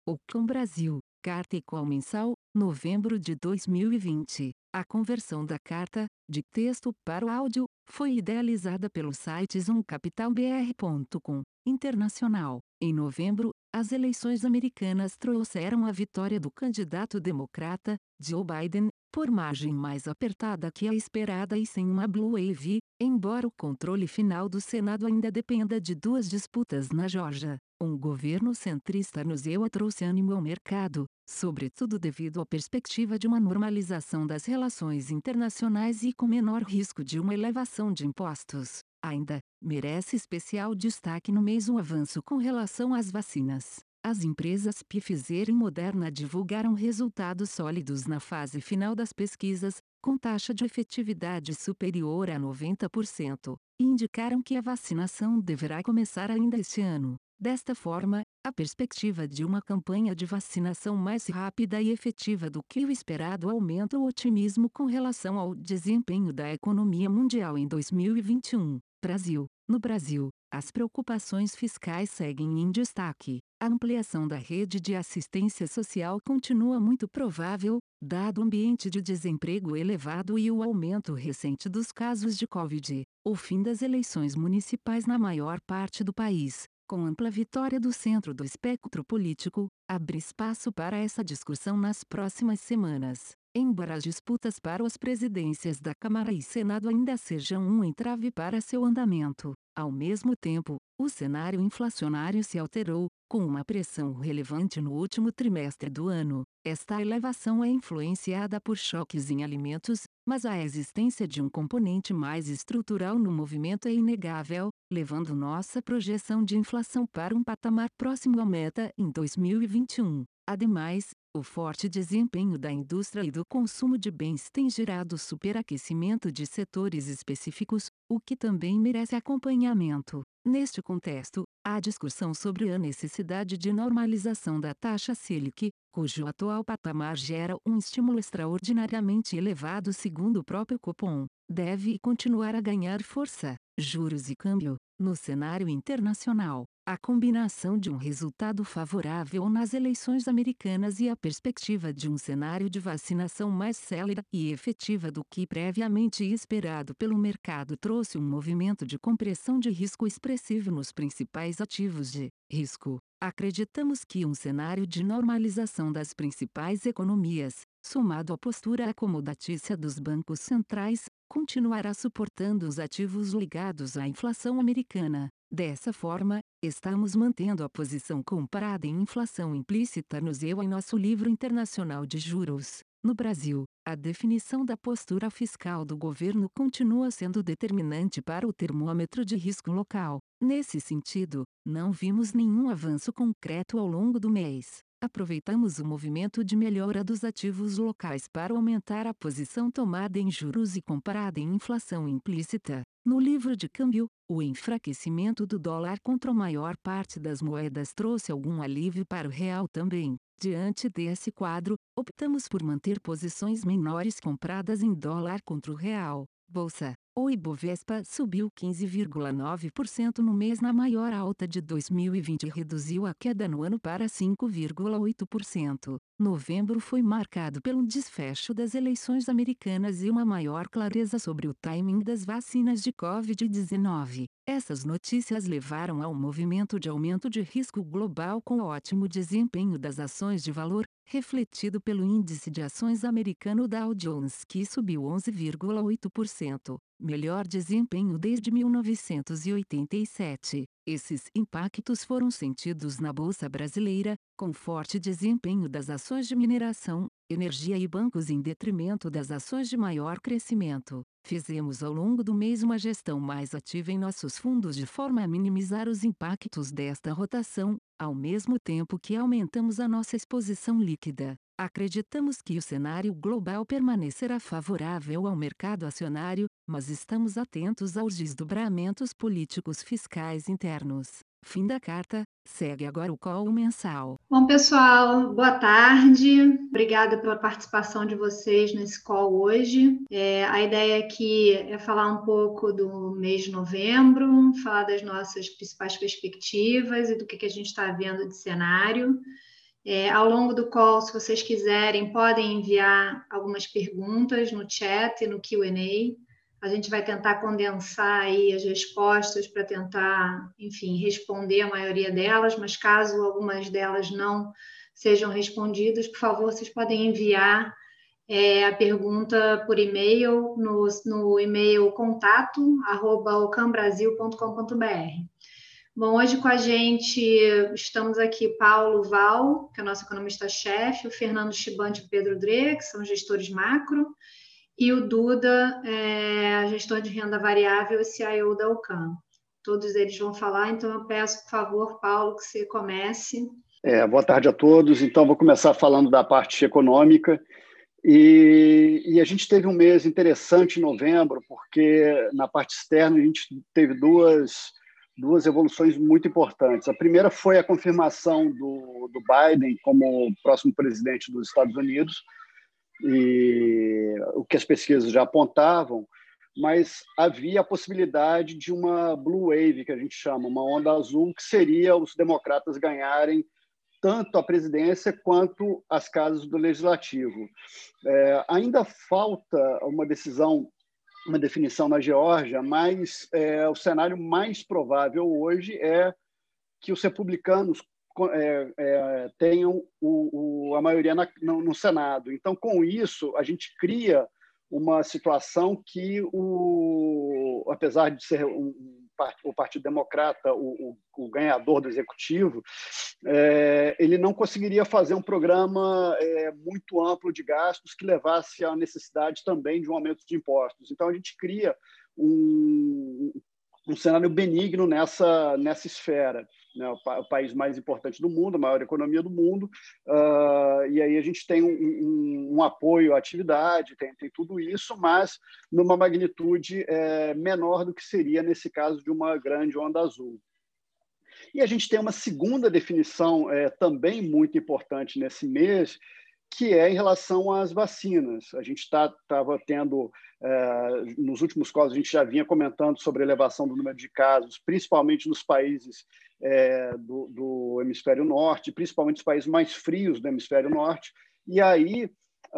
Ocon Brasil, carta e call mensal, novembro de 2020. A conversão da carta, de texto para o áudio, foi idealizada pelo site zoomcapitalbr.com, internacional. Em novembro, as eleições americanas trouxeram a vitória do candidato democrata, Joe Biden, por margem mais apertada que a esperada e sem uma blue wave, embora o controle final do Senado ainda dependa de duas disputas na Geórgia. Um governo centrista nos EUA trouxe ânimo ao mercado, sobretudo devido à perspectiva de uma normalização das relações internacionais e com menor risco de uma elevação de impostos. Ainda, merece especial destaque no mês o avanço com relação às vacinas. As empresas Pfizer e Moderna divulgaram resultados sólidos na fase final das pesquisas, com taxa de efetividade superior a 90%, e indicaram que a vacinação deverá começar ainda este ano. Desta forma, a perspectiva de uma campanha de vacinação mais rápida e efetiva do que o esperado aumenta o otimismo com relação ao desempenho da economia mundial em 2021. Brasil. No Brasil, as preocupações fiscais seguem em destaque. A ampliação da rede de assistência social continua muito provável, dado o ambiente de desemprego elevado e o aumento recente dos casos de Covid. O fim das eleições municipais na maior parte do país, com ampla vitória do centro do espectro político, abre espaço para essa discussão nas próximas semanas. Embora as disputas para as presidências da Câmara e Senado ainda sejam um entrave para seu andamento, ao mesmo tempo, o cenário inflacionário se alterou, com uma pressão relevante no último trimestre do ano. Esta elevação é influenciada por choques em alimentos, mas a existência de um componente mais estrutural no movimento é inegável, levando nossa projeção de inflação para um patamar próximo à meta em 2021. Ademais, o forte desempenho da indústria e do consumo de bens tem gerado superaquecimento de setores específicos, o que também merece acompanhamento. Neste contexto, há discussão sobre a necessidade de normalização da taxa Selic, cujo atual patamar gera um estímulo extraordinariamente elevado segundo o próprio Copom, deve continuar a ganhar força. Juros e câmbio. No cenário internacional, a combinação de um resultado favorável nas eleições americanas e a perspectiva de um cenário de vacinação mais célere e efetiva do que previamente esperado pelo mercado trouxe um movimento de compressão de risco expressivo nos principais ativos de risco. Acreditamos que um cenário de normalização das principais economias, somado à postura acomodatícia dos bancos centrais, continuará suportando os ativos ligados à inflação americana. Dessa forma, estamos mantendo a posição comparada em inflação implícita nos EUA em nosso livro internacional de juros. No Brasil, a definição da postura fiscal do governo continua sendo determinante para o termômetro de risco local. Nesse sentido, não vimos nenhum avanço concreto ao longo do mês. Aproveitamos o movimento de melhora dos ativos locais para aumentar a posição tomada em juros e comparada em inflação implícita. No livro de câmbio, o enfraquecimento do dólar contra a maior parte das moedas trouxe algum alívio para o real também. Diante desse quadro, optamos por manter posições menores compradas em dólar contra o real. Bolsa. O Ibovespa subiu 15,9% no mês na maior alta de 2020 e reduziu a queda no ano para 5,8%. Novembro foi marcado pelo desfecho das eleições americanas e uma maior clareza sobre o timing das vacinas de Covid-19. Essas notícias levaram ao movimento de aumento de risco global com o ótimo desempenho das ações de valor, refletido pelo índice de ações americano Dow Jones que subiu 11,8%, melhor desempenho desde 1987. Esses impactos foram sentidos na Bolsa Brasileira, com forte desempenho das ações de mineração, energia e bancos em detrimento das ações de maior crescimento. Fizemos ao longo do mês uma gestão mais ativa em nossos fundos de forma a minimizar os impactos desta rotação, ao mesmo tempo que aumentamos a nossa exposição líquida. Acreditamos que o cenário global permanecerá favorável ao mercado acionário, mas estamos atentos aos desdobramentos políticos fiscais internos. Fim da carta. Segue agora o call mensal. Bom, pessoal, boa tarde. Obrigada pela participação de vocês nesse call hoje. A ideia aqui é falar um pouco do mês de novembro, falar das nossas principais perspectivas e do que a gente está vendo de cenário. Ao longo do call, se vocês quiserem, podem enviar algumas perguntas no chat e no Q&A. A gente vai tentar condensar aí as respostas para tentar, enfim, responder a maioria delas, mas caso algumas delas não sejam respondidas, por favor, vocês podem enviar a pergunta por e-mail no e-mail contato@ocambrasil.com.br. Bom, hoje com a gente estamos aqui Paulo Val, que é nosso economista-chefe, o Fernando Chibante e o Pedro Dre, que são gestores macro, e o Duda, gestor de renda variável e CIO da Ocam. Todos eles vão falar, então eu peço, por favor, Paulo, que você comece. Boa tarde a todos. Então, vou começar falando da parte econômica. E a gente teve um mês interessante em novembro, porque na parte externa a gente teve duas evoluções muito importantes. A primeira foi a confirmação do Biden como próximo presidente dos Estados Unidos, e o que as pesquisas já apontavam, mas havia a possibilidade de uma blue wave, que a gente chama, uma onda azul, que seria os democratas ganharem tanto a presidência quanto as casas do legislativo. Ainda falta uma definição na Geórgia, mas o cenário mais provável hoje é que os republicanos tenham a maioria no Senado. Então, com isso, a gente cria uma situação que, apesar de ser o Partido Democrata o ganhador do executivo, ele não conseguiria fazer um programa muito amplo de gastos que levasse à necessidade também de um aumento de impostos. Então, a gente cria um cenário benigno nessa esfera, né? O país mais importante do mundo, a maior economia do mundo, e aí a gente tem um apoio à atividade, tem tudo isso, mas numa magnitude menor do que seria nesse caso de uma grande onda azul. E a gente tem uma segunda definição também muito importante nesse mês, que é em relação às vacinas. A gente estava tendo, nos últimos calls, a gente já vinha comentando sobre a elevação do número de casos, principalmente nos países do hemisfério norte, principalmente os países mais frios do hemisfério norte, e aí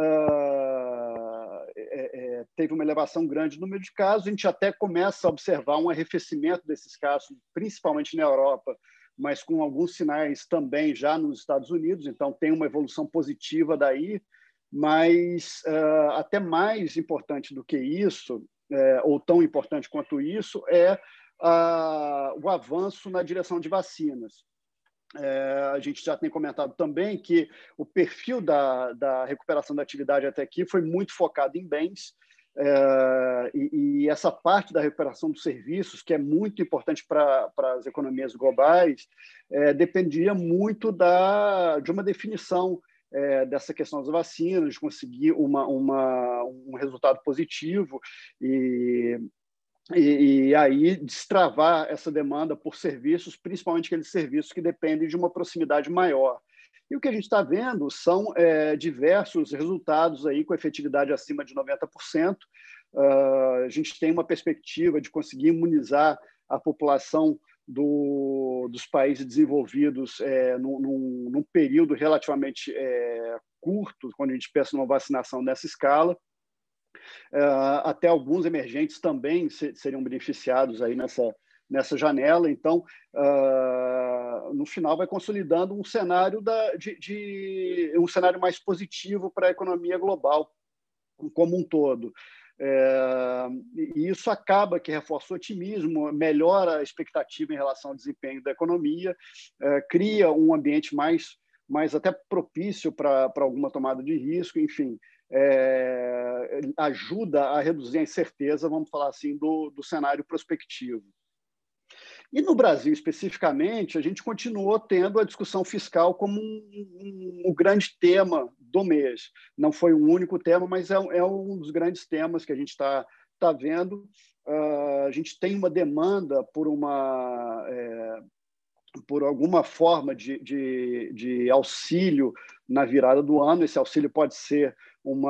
teve uma elevação grande no número de casos. A gente até começa a observar um arrefecimento desses casos, principalmente na Europa, mas com alguns sinais também já nos Estados Unidos, então tem uma evolução positiva daí, mas até mais importante do que isso, ou tão importante quanto isso, é o avanço na direção de vacinas. A gente já tem comentado também que o perfil da recuperação da atividade até aqui foi muito focado em bens, e essa parte da recuperação dos serviços, que é muito importante para as economias globais, dependia muito de uma definição dessa questão das vacinas, de conseguir um resultado positivo e aí destravar essa demanda por serviços, principalmente aqueles serviços que dependem de uma proximidade maior. E o que a gente está vendo são diversos resultados aí com efetividade acima de 90%. A gente tem uma perspectiva de conseguir imunizar a população dos países desenvolvidos num período relativamente curto, quando a gente pensa numa vacinação dessa escala. Até alguns emergentes também seriam beneficiados aí nessa janela. Então, no final, vai consolidando um cenário um cenário mais positivo para a economia global como um todo. E isso acaba que reforça o otimismo, melhora a expectativa em relação ao desempenho da economia, cria um ambiente mais até propício para alguma tomada de risco, enfim, ajuda a reduzir a incerteza, vamos falar assim, do cenário prospectivo. E no Brasil, especificamente, a gente continuou tendo a discussão fiscal como um grande tema do mês. Não foi o único tema, mas é um dos grandes temas que a gente está vendo. A gente tem uma demanda por alguma forma de auxílio na virada do ano. Esse auxílio pode ser um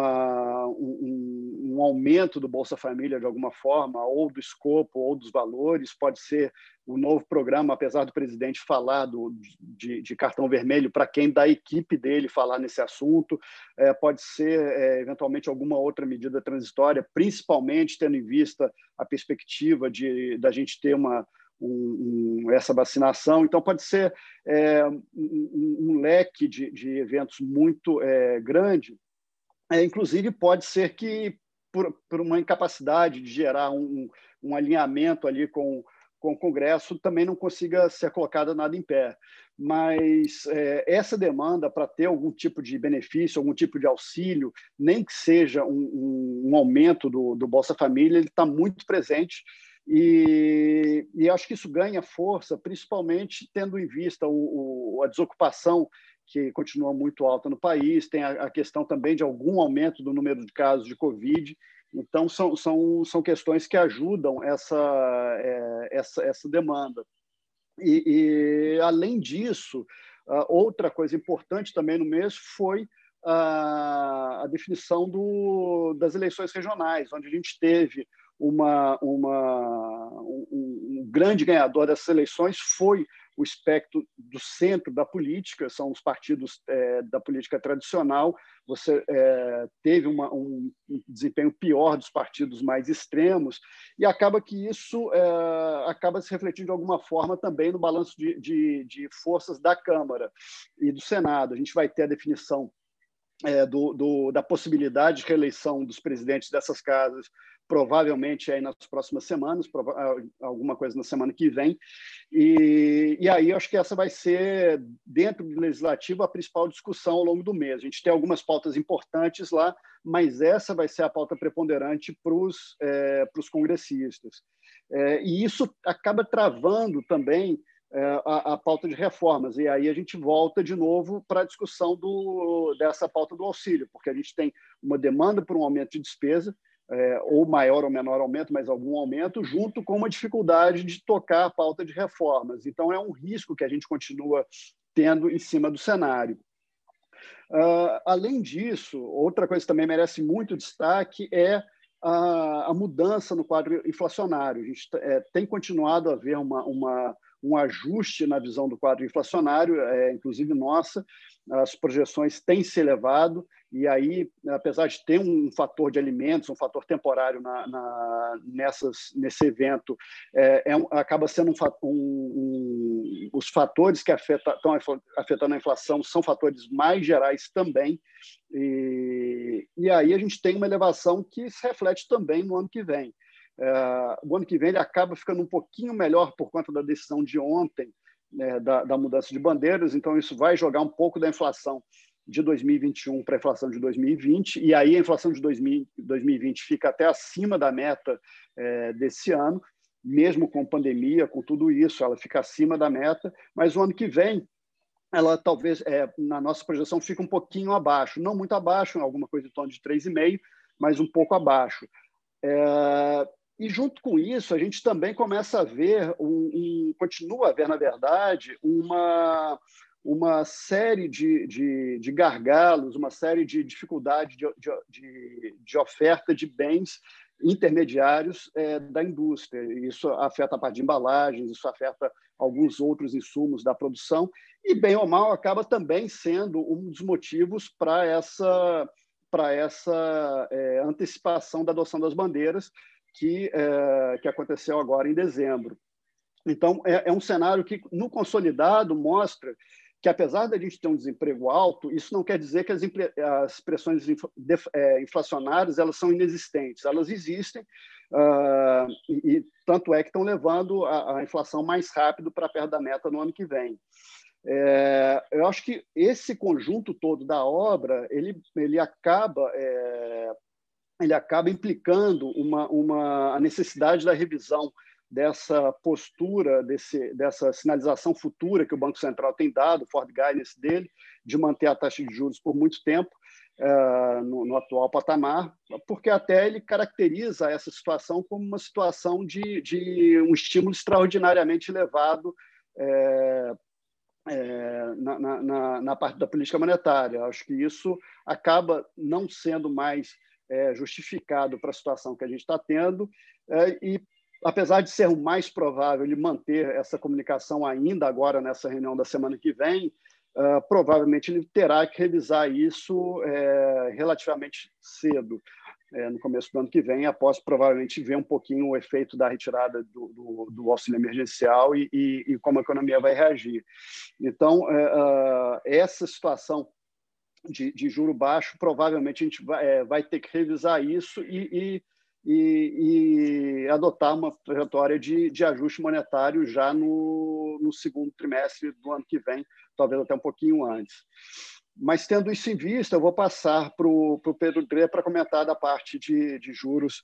aumento do Bolsa Família de alguma forma, ou do escopo, ou dos valores, pode ser um novo programa, apesar do presidente falar de cartão vermelho para quem da equipe dele falar nesse assunto, pode ser, eventualmente, alguma outra medida transitória, principalmente tendo em vista a perspectiva da gente ter essa vacinação. Então, pode ser um leque de eventos muito grande. Inclusive, pode ser que, por uma incapacidade de gerar um alinhamento ali com o Congresso, também não consiga ser colocada nada em pé. Mas essa demanda para ter algum tipo de benefício, algum tipo de auxílio, nem que seja um aumento do Bolsa Família, ele está muito presente. E acho que isso ganha força, principalmente tendo em vista a desocupação que continua muito alta no país, tem a questão também de algum aumento do número de casos de Covid. Então, são questões que ajudam essa demanda. E, além disso, outra coisa importante também no mês foi a definição das eleições regionais, onde a gente teve um grande ganhador dessas eleições foi o espectro do centro da política, são os partidos da política tradicional. Você teve um desempenho pior dos partidos mais extremos, e acaba que isso acaba se refletindo de alguma forma também no balanço de forças da Câmara e do Senado. A gente vai ter a definição da possibilidade de reeleição dos presidentes dessas casas, provavelmente aí nas próximas semanas, alguma coisa na semana que vem. E aí eu acho que essa vai ser, dentro do Legislativo, a principal discussão ao longo do mês. A gente tem algumas pautas importantes lá, mas essa vai ser a pauta preponderante para os congressistas. E isso acaba travando também a pauta de reformas. E aí a gente volta de novo para a discussão dessa pauta do auxílio, porque a gente tem uma demanda por um aumento de despesa, ou maior ou menor aumento, mas algum aumento, junto com uma dificuldade de tocar a pauta de reformas. Então, é um risco que a gente continua tendo em cima do cenário. Além disso, outra coisa que também merece muito destaque é a mudança no quadro inflacionário. A gente tem continuado a haver um ajuste na visão do quadro inflacionário, inclusive nossa. As projeções têm se elevado, e aí, apesar de ter um fator de alimentos, um fator temporário nesse evento, acaba sendo os fatores que estão afetando a inflação são fatores mais gerais também, e aí a gente tem uma elevação que se reflete também no ano que vem. O ano que vem ele acaba ficando um pouquinho melhor por conta da decisão de ontem, da mudança de bandeiras, então isso vai jogar um pouco da inflação de 2021 para a inflação de 2020, e aí a inflação de 2020 fica até acima da meta desse ano, mesmo com pandemia, com tudo isso, ela fica acima da meta, mas o ano que vem ela talvez, na nossa projeção, fica um pouquinho abaixo, não muito abaixo, alguma coisa em torno de 3,5%, mas um pouco abaixo. E, junto com isso, a gente também começa a ver, continua a ver, na verdade, uma série de gargalos, uma série de dificuldades de oferta de bens intermediários da indústria. Isso afeta a parte de embalagens, isso afeta alguns outros insumos da produção, e, bem ou mal, acaba também sendo um dos motivos para essa antecipação da adoção das bandeiras, que aconteceu agora em dezembro. Então, é um cenário que, no consolidado, mostra que, apesar da gente ter um desemprego alto, isso não quer dizer que as pressões inflacionárias elas são inexistentes. Elas existem, e tanto é que estão levando a inflação mais rápido para perto da meta no ano que vem. Eu acho que esse conjunto todo da obra ele acaba implicando a necessidade da revisão dessa postura, dessa sinalização futura que o Banco Central tem dado, o forward guidance dele, de manter a taxa de juros por muito tempo no atual patamar, porque até ele caracteriza essa situação como uma situação de um estímulo extraordinariamente elevado na parte da política monetária. Acho que isso acaba não sendo mais justificado para a situação que a gente está tendo, e, apesar de ser o mais provável ele manter essa comunicação ainda agora nessa reunião da semana que vem, provavelmente ele terá que revisar isso relativamente cedo, no começo do ano que vem, após provavelmente ver um pouquinho o efeito da retirada do auxílio emergencial e como a economia vai reagir. Então, essa situação de juro baixo, provavelmente a gente vai ter que revisar isso e adotar uma trajetória de ajuste monetário já no segundo trimestre do ano que vem, talvez até um pouquinho antes. Mas, tendo isso em vista, eu vou passar para o Pedro Drê para comentar da parte de juros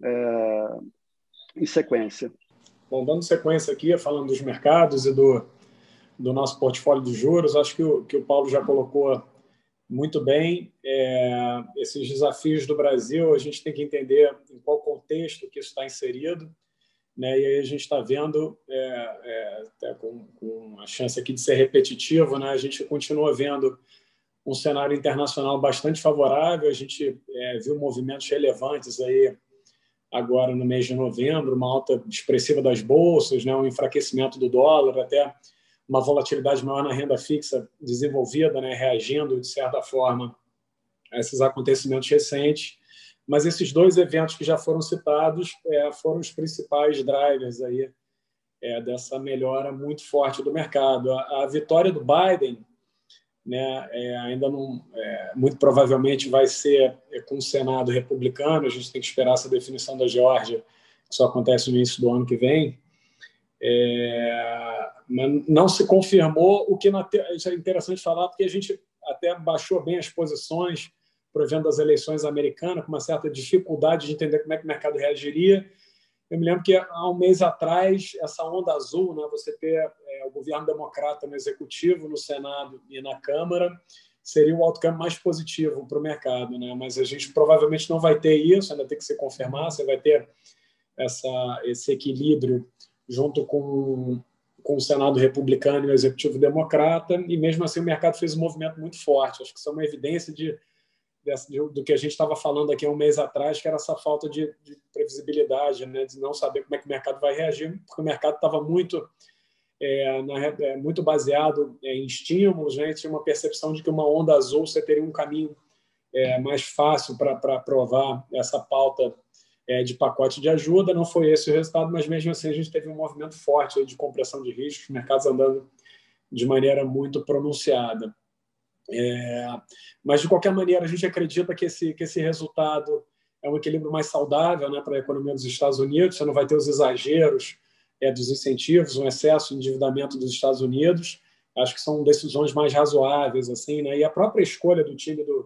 em sequência. Bom, dando sequência aqui, falando dos mercados e do nosso portfólio de juros, acho que o Paulo já colocou muito bem. Esses desafios do Brasil, a gente tem que entender em qual contexto que isso está inserido, né? E aí a gente está vendo, até com a chance aqui de ser repetitivo, né? A gente continua vendo um cenário internacional bastante favorável. A gente viu movimentos relevantes aí agora no mês de novembro, uma alta expressiva das bolsas, né? Um enfraquecimento do dólar, até uma volatilidade maior na renda fixa desenvolvida, né? Reagindo, de certa forma, a esses acontecimentos recentes. Mas esses dois eventos que já foram citados foram os principais drivers aí, dessa melhora muito forte do mercado. A vitória do Biden, né, ainda não, muito provavelmente vai ser com o Senado republicano. A gente tem que esperar essa definição da Geórgia, que só acontece no início do ano que vem. Mas não se confirmou, o que isso é interessante falar, porque a gente até baixou bem as posições prevendo as eleições americanas, com uma certa dificuldade de entender como é que o mercado reagiria. Eu me lembro que há um mês atrás, essa onda azul, né, você ter o governo democrata no executivo, no Senado e na Câmara, seria o outcome mais positivo para o mercado, né? Mas a gente provavelmente não vai ter isso, ainda tem que se confirmar. Você vai ter esse equilíbrio junto com o Senado republicano e o executivo democrata, e mesmo assim o mercado fez um movimento muito forte. Acho que isso é uma evidência do que a gente estava falando aqui há um mês atrás, que era essa falta de previsibilidade, né? De não saber como é que o mercado vai reagir, porque o mercado estava muito baseado em estímulos, né? Tinha uma percepção de que uma onda azul você teria um caminho mais fácil para aprovar essa pauta de pacote de ajuda. Não foi esse o resultado, mas mesmo assim a gente teve um movimento forte aí de compressão de riscos, mercados andando de maneira muito pronunciada. Mas, de qualquer maneira, a gente acredita que esse resultado é um equilíbrio mais saudável, né, para a economia dos Estados Unidos. Você não vai ter os exageros dos incentivos, um excesso de endividamento dos Estados Unidos. Acho que são decisões mais razoáveis, assim, né? E a própria escolha do time do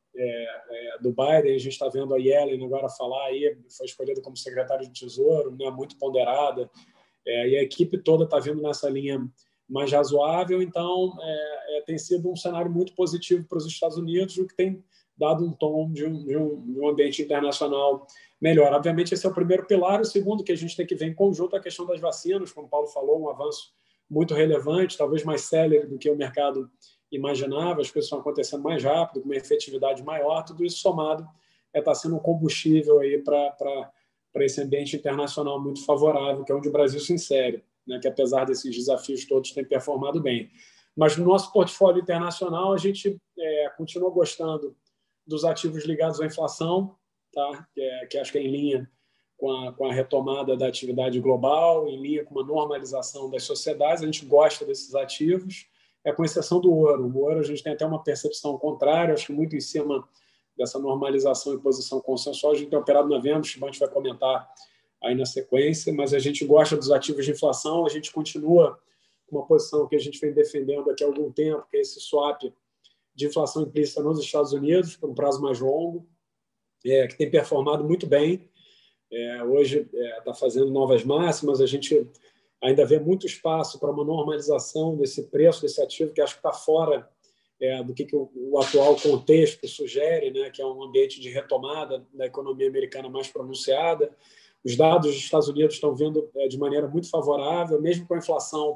Biden, a gente está vendo a Yellen agora falar, aí foi escolhida como secretária de Tesouro, né, muito ponderada, e a equipe toda está vindo nessa linha mais razoável. Então, tem sido um cenário muito positivo para os Estados Unidos, o que tem dado um tom de um ambiente internacional melhor. Obviamente, esse é o primeiro pilar. O segundo, que a gente tem que ver em conjunto, é a questão das vacinas, como o Paulo falou, um avanço muito relevante, talvez mais célere do que o mercado imaginava. As coisas estão acontecendo mais rápido, com uma efetividade maior. Tudo isso somado está sendo um combustível aí para esse ambiente internacional muito favorável, que é onde o Brasil se insere, né, que apesar desses desafios todos tem performado bem. Mas no nosso portfólio internacional a gente continua gostando dos ativos ligados à inflação, tá? Que acho que é em linha com a retomada da atividade global, em linha com uma normalização das sociedades. A gente gosta desses ativos, com exceção do ouro. O ouro a gente tem até uma percepção contrária, acho que muito em cima dessa normalização e posição consensual. A gente tem operado na venda, o Chibante vai comentar aí na sequência, mas a gente gosta dos ativos de inflação. A gente continua com uma posição que a gente vem defendendo aqui há algum tempo, que é esse swap de inflação implícita nos Estados Unidos, por um prazo mais longo, que tem performado muito bem. Hoje está fazendo novas máximas. A gente ainda vê muito espaço para uma normalização desse preço desse ativo, que acho que está fora do que o atual contexto sugere, né, que é um ambiente de retomada da economia americana mais pronunciada. Os dados dos Estados Unidos estão vindo de maneira muito favorável, mesmo com a inflação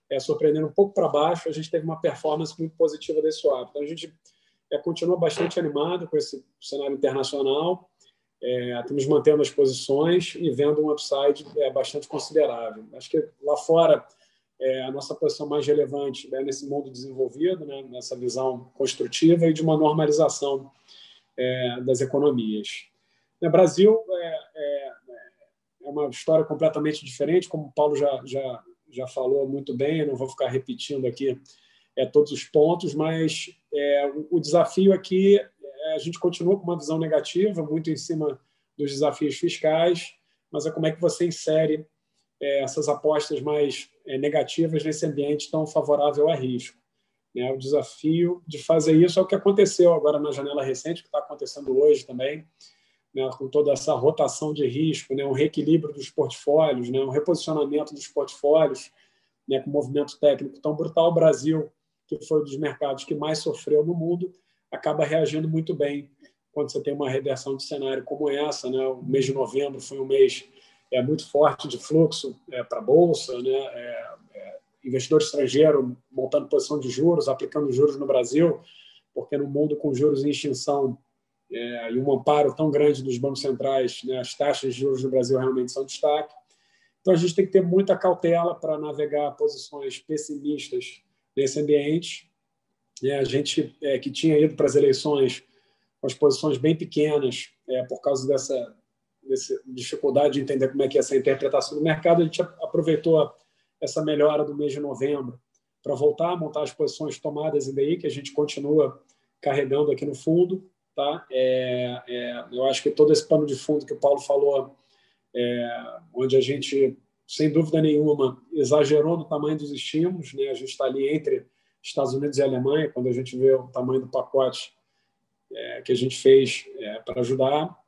surpreendendo um pouco para baixo, a gente teve uma performance muito positiva desse swap. Então, a gente continua bastante animado com esse cenário internacional, estamos mantendo as posições e vendo um upside bastante considerável. Acho que lá fora, a nossa posição mais relevante é nesse mundo desenvolvido, né, nessa visão construtiva e de uma normalização das economias. No Brasil, é uma história completamente diferente, como o Paulo já falou muito bem, eu não vou ficar repetindo aqui todos os pontos, mas o desafio aqui, a gente continua com uma visão negativa, muito em cima dos desafios fiscais, mas como é que você insere essas apostas mais negativas nesse ambiente tão favorável a risco. O desafio de fazer isso é o que aconteceu agora na janela recente, que está acontecendo hoje também, com toda essa rotação de risco, um reequilíbrio dos portfólios, um reposicionamento dos portfólios, com um movimento técnico tão brutal. O Brasil, que foi um dos mercados que mais sofreu no mundo, acaba reagindo muito bem quando você tem uma reversão de cenário como essa. O mês de novembro foi um mês muito forte de fluxo para a Bolsa, investidor estrangeiro montando posição de juros, aplicando juros no Brasil, porque no mundo com juros em extinção e um amparo tão grande dos bancos centrais, as taxas de juros no Brasil realmente são destaque. Então, a gente tem que ter muita cautela para navegar posições pessimistas nesse ambiente. A gente que tinha ido para as eleições com as posições bem pequenas, por causa dessa dificuldade de entender como é que é essa interpretação do mercado, a gente aproveitou essa melhora do mês de novembro para voltar a montar as posições tomadas em DI, que a gente continua carregando aqui no fundo. Tá? Eu acho que todo esse pano de fundo que o Paulo falou, onde a gente, sem dúvida nenhuma, exagerou no tamanho dos estímulos, a gente está ali entre Estados Unidos e Alemanha, quando a gente vê o tamanho do pacote que a gente fez para ajudar.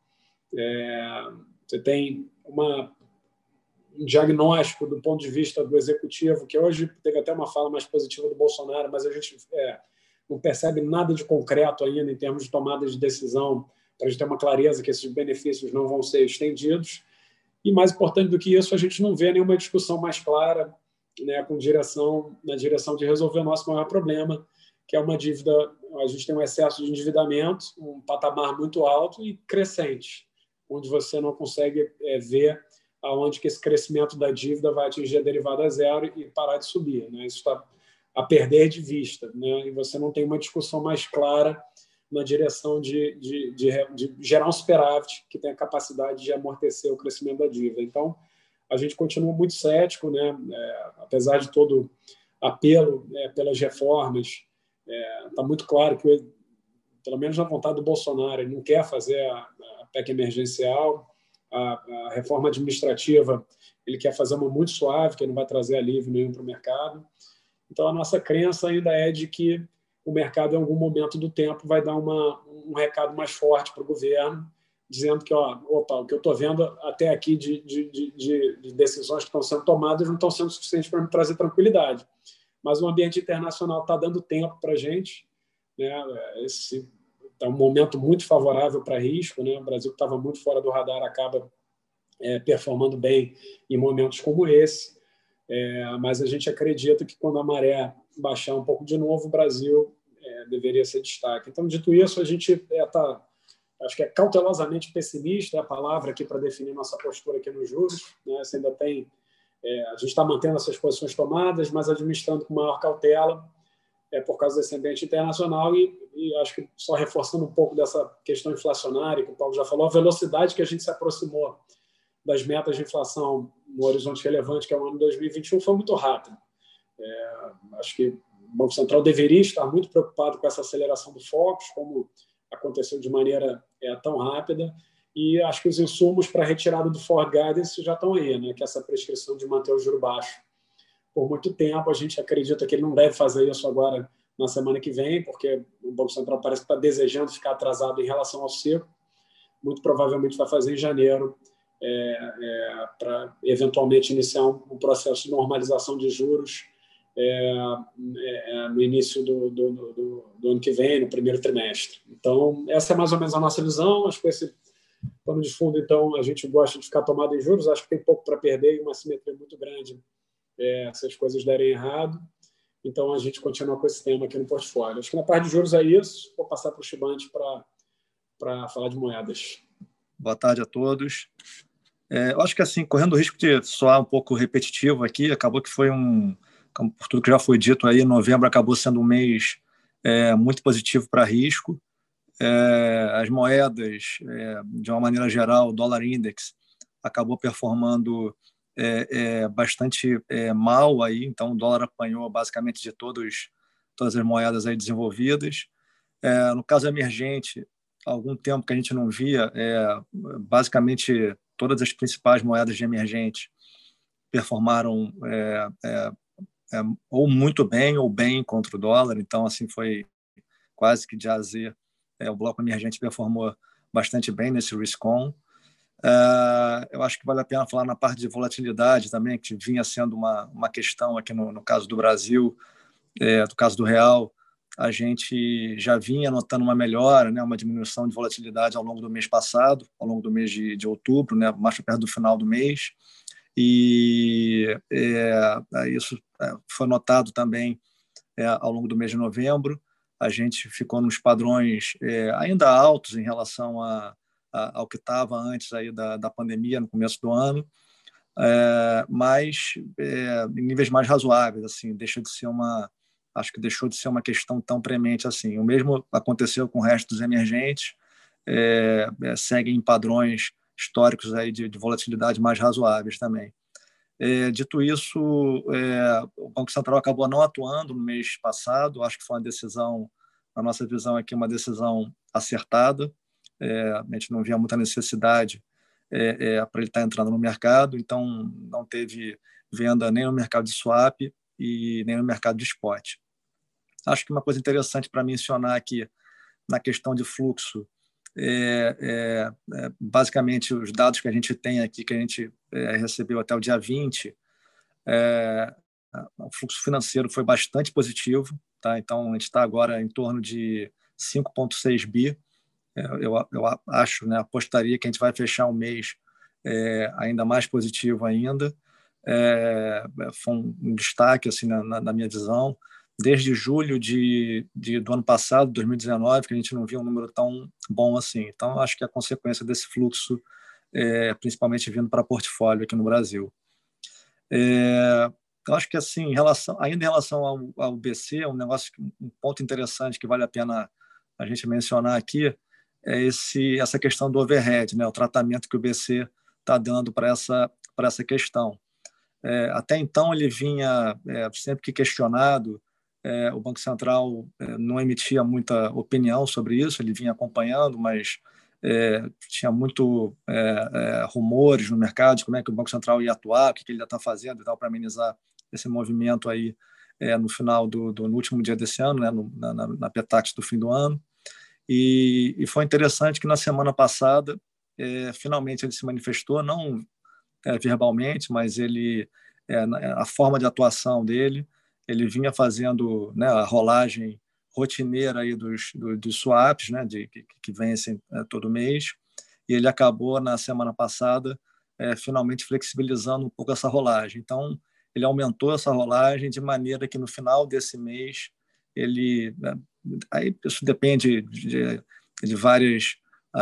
Você tem um diagnóstico do ponto de vista do executivo, que hoje teve até uma fala mais positiva do Bolsonaro, mas a gente não percebe nada de concreto ainda em termos de tomada de decisão, para a gente ter uma clareza que esses benefícios não vão ser estendidos. E, mais importante do que isso, a gente não vê nenhuma discussão mais clara, na direção de resolver o nosso maior problema, que é uma dívida. A gente tem um excesso de endividamento, um patamar muito alto e crescente, onde você não consegue ver aonde que esse crescimento da dívida vai atingir a derivada zero e parar de subir. Isso está a perder de vista, e você não tem uma discussão mais clara na direção de gerar um superávit que tenha a capacidade de amortecer o crescimento da dívida. Então, a gente continua muito cético, apesar de todo apelo pelas reformas, está muito claro que, pelo menos na vontade do Bolsonaro, ele não quer fazer a PEC emergencial, a reforma administrativa, ele quer fazer uma muito suave, que não vai trazer alívio nenhum para o mercado. Então, a nossa crença ainda é de que o mercado, em algum momento do tempo, vai dar um recado mais forte para o governo, dizendo que o que eu estou vendo até aqui de decisões que estão sendo tomadas não estão sendo suficientes para me trazer tranquilidade. Mas o ambiente internacional está dando tempo para a gente. Esse é um momento muito favorável para risco. O Brasil, que estava muito fora do radar, acaba performando bem em momentos como esse. Mas a gente acredita que quando a maré baixar um pouco de novo, o Brasil deveria ser destaque. Então, dito isso, a gente está, acho que cautelosamente pessimista, é a palavra aqui para definir nossa postura aqui nos juros. Você ainda tem, a gente está mantendo essas posições tomadas, mas administrando com maior cautela por causa desse ambiente internacional e acho que só reforçando um pouco dessa questão inflacionária que o Paulo já falou, a velocidade que a gente se aproximou das metas de inflação no horizonte relevante, que é o ano de 2021, foi muito rápido. Acho que o Banco Central deveria estar muito preocupado com essa aceleração do Focus, como aconteceu de maneira tão rápida, e acho que os insumos para a retirada do forward guidance já estão aí, que é essa prescrição de manter o juro baixo por muito tempo. A gente acredita que ele não deve fazer isso agora na semana que vem, porque o Banco Central parece que está desejando ficar atrasado em relação ao ciclo. Muito provavelmente vai fazer em janeiro, para eventualmente iniciar um processo de normalização de juros no início do ano que vem, no primeiro trimestre. Então, essa é mais ou menos a nossa visão. Acho que esse pano de fundo, então, a gente gosta de ficar tomado em juros. Acho que tem pouco para perder e uma simetria muito grande se as coisas derem errado. Então, a gente continua com esse tema aqui no portfólio. Acho que na parte de juros é isso. Vou passar para o Chibante para falar de moedas. Boa tarde a todos. Eu acho que, assim, correndo o risco de soar um pouco repetitivo aqui, acabou que foi por tudo que já foi dito aí, novembro acabou sendo um mês muito positivo para risco. As moedas, de uma maneira geral, o dólar index acabou performando bastante mal aí, então o dólar apanhou basicamente de todas as moedas aí desenvolvidas. No caso emergente, há algum tempo que a gente não via, basicamente todas as principais moedas de emergente performaram ou muito bem ou bem contra o dólar, então assim foi quase que de A a Z. O bloco emergente performou bastante bem nesse risk-on. Eu acho que vale a pena falar na parte de volatilidade também, que vinha sendo uma questão aqui no caso do Brasil, do caso do real. A gente já vinha notando uma melhora, né, uma diminuição de volatilidade ao longo do mês passado, ao longo do mês de outubro, né, mais perto do final do mês. E isso foi notado também ao longo do mês de novembro. A gente ficou nos padrões ainda altos em relação ao que estava antes aí da pandemia, no começo do ano, mas em níveis mais razoáveis, assim, acho que deixou de ser uma questão tão premente assim. O mesmo aconteceu com o resto dos emergentes, seguem em padrões históricos aí de volatilidade mais razoáveis também. Dito isso, o Banco Central acabou não atuando no mês passado. Acho que foi uma decisão, na nossa visão aqui, uma decisão acertada. A gente não via muita necessidade para ele estar entrando no mercado, então não teve venda nem no mercado de swap e nem no mercado de spot. Acho que uma coisa interessante para mencionar aqui na questão de fluxo basicamente os dados que a gente tem aqui, que a gente recebeu até o dia 20, o fluxo financeiro foi bastante positivo, tá? Então a gente está agora em torno de 5,6 bi. Eu acho, né, apostaria que a gente vai fechar o mês ainda mais positivo ainda. Foi um destaque assim na minha visão. Desde julho do ano passado, 2019, que a gente não via um número tão bom assim. Então, acho que a consequência desse fluxo, principalmente vindo para portfólio aqui no Brasil. Eu acho que, assim, ainda em relação ao BC, um ponto interessante que vale a pena a gente mencionar aqui é essa questão do overhead, né? O tratamento que o BC está dando para essa questão. Até então, ele vinha sempre que questionado. O Banco Central não emitia muita opinião sobre isso, ele vinha acompanhando, mas tinha muito rumores no mercado de como é que o Banco Central ia atuar, o que ele ia estar fazendo e tal para amenizar esse movimento aí no final no último dia desse ano, né, na Petax do fim do ano. E foi interessante que na semana passada, finalmente ele se manifestou, não verbalmente, mas a forma de atuação dele, ele vinha fazendo, né, a rolagem rotineira aí dos swaps, né, que vencem todo mês, e ele acabou, na semana passada, finalmente flexibilizando um pouco essa rolagem. Então, ele aumentou essa rolagem de maneira que, no final desse mês, aí isso depende de vários